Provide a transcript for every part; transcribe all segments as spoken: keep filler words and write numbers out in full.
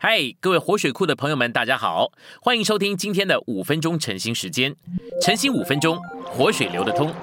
嗨，各位活水库的朋友们，大家好，欢迎收听今天的五分钟晨兴时间。晨兴五分钟，活水流得通。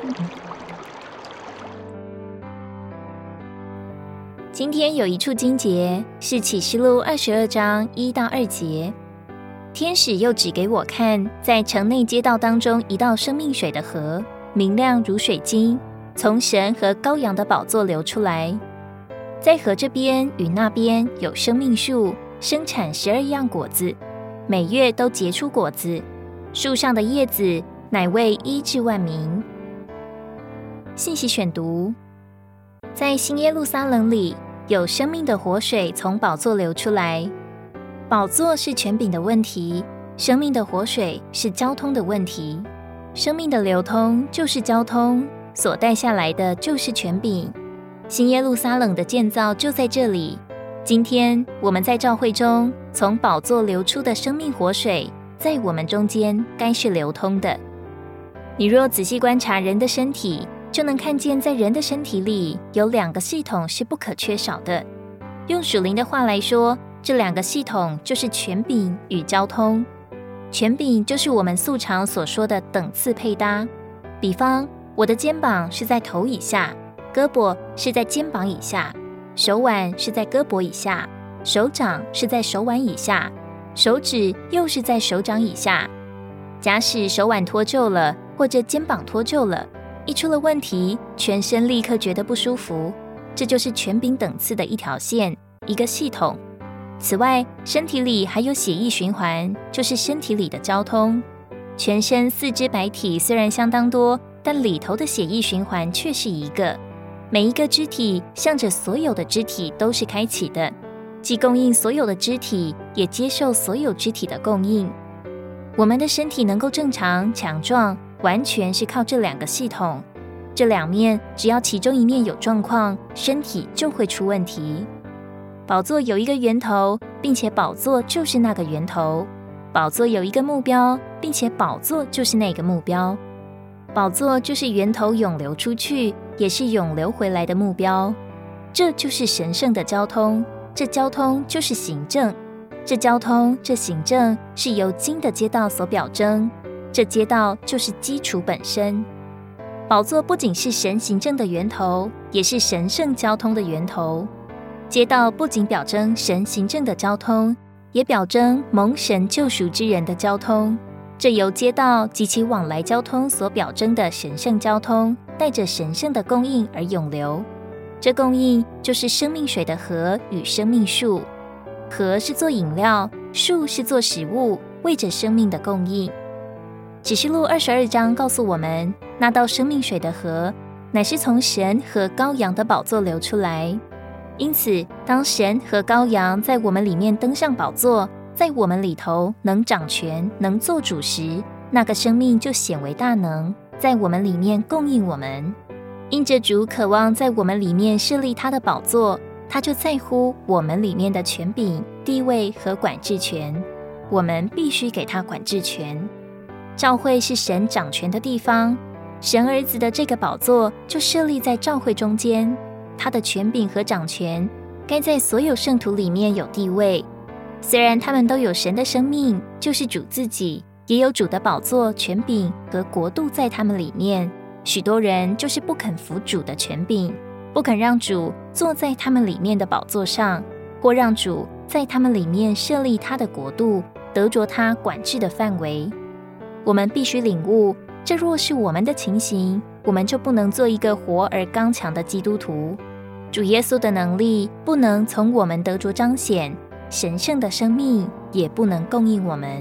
今天有一处经节是启示录二十二章一到二节。天使又指给我看，在城内街道当中一道生命水的河，明亮如水晶，从神和羔羊的宝座流出来。在河这边与那边有生命树，生产十二样果子，每月都结出果子，树上的叶子乃为医治万民。信息选读：在新耶路撒冷里，有生命的活水从宝座流出来。宝座是权柄的问题，生命的活水是交通的问题。生命的流通就是交通，所带下来的就是权柄。新耶路撒冷的建造就在这里。今天我们在教会中，从宝座流出的生命活水，在我们中间该是流通的。你若仔细观察人的身体，就能看见在人的身体里有两个系统是不可缺少的。用属灵的话来说，这两个系统就是权柄与交通。权柄就是我们素常所说的等次配搭，比方我的肩膀是在头以下，胳膊是在肩膀以下，手腕是在胳膊以下，手掌是在手腕以下，手指又是在手掌以下。假使手腕脱臼了，或者肩膀脱臼了，一出了问题，全身立刻觉得不舒服。这就是权柄等次的一条线，一个系统。此外，身体里还有血液循环，就是身体里的交通。全身四肢百体虽然相当多，但里头的血液循环却是一个。每一个肢体向着所有的肢体都是开启的，既供应所有的肢体，也接受所有肢体的供应。我们的身体能够正常强壮，完全是靠这两个系统。这两面只要其中一面有状况，身体就会出问题。宝座有一个源头，并且宝座就是那个源头。宝座有一个目标，并且宝座就是那个目标。宝座就是源头涌流出去，也是涌流回来的目标。这就是神圣的交通，这交通就是行政。这交通，这行政是由经的街道所表征，这街道就是基础本身。宝座不仅是神行政的源头，也是神圣交通的源头。街道不仅表征神行政的交通，也表征蒙神救赎之人的交通。这由街道及其往来交通所表征的神圣交通，带着神圣的供应而涌流。这供应就是生命水的河与生命树。河是做饮料，树是做食物，为着生命的供应。启示录二十二章告诉我们，那道生命水的河，乃是从神和羔羊的宝座流出来。因此，当神和羔羊在我们里面登上宝座，在我们里头能掌权，能做主时，那个生命就显为大能，在我们里面供应我们。因着主渴望在我们里面设立他的宝座，他就在乎我们里面的权柄、地位和管制权，我们必须给他管制权。教会是神掌权的地方，神儿子的这个宝座就设立在教会中间，他的权柄和掌权该在所有圣徒里面有地位。虽然他们都有神的生命，就是主自己，也有主的宝座、权柄和国度在他们里面，许多人就是不肯服主的权柄，不肯让主坐在他们里面的宝座上，或让主在他们里面设立他的国度，得着他管制的范围。我们必须领悟，这若是我们的情形，我们就不能做一个活而刚强的基督徒。主耶稣的能力不能从我们得着彰显，神圣的生命也不能供应我们。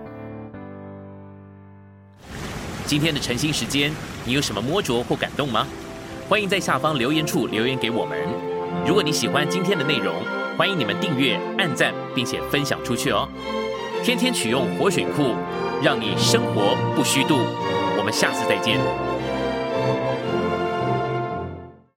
今天的晨兴时间，你有什么摸着或感动吗？欢迎在下方留言处留言给我们。如果你喜欢今天的内容，欢迎你们订阅、按赞，并且分享出去哦。天天取用活水库，让你生活不虚度。我们下次再见。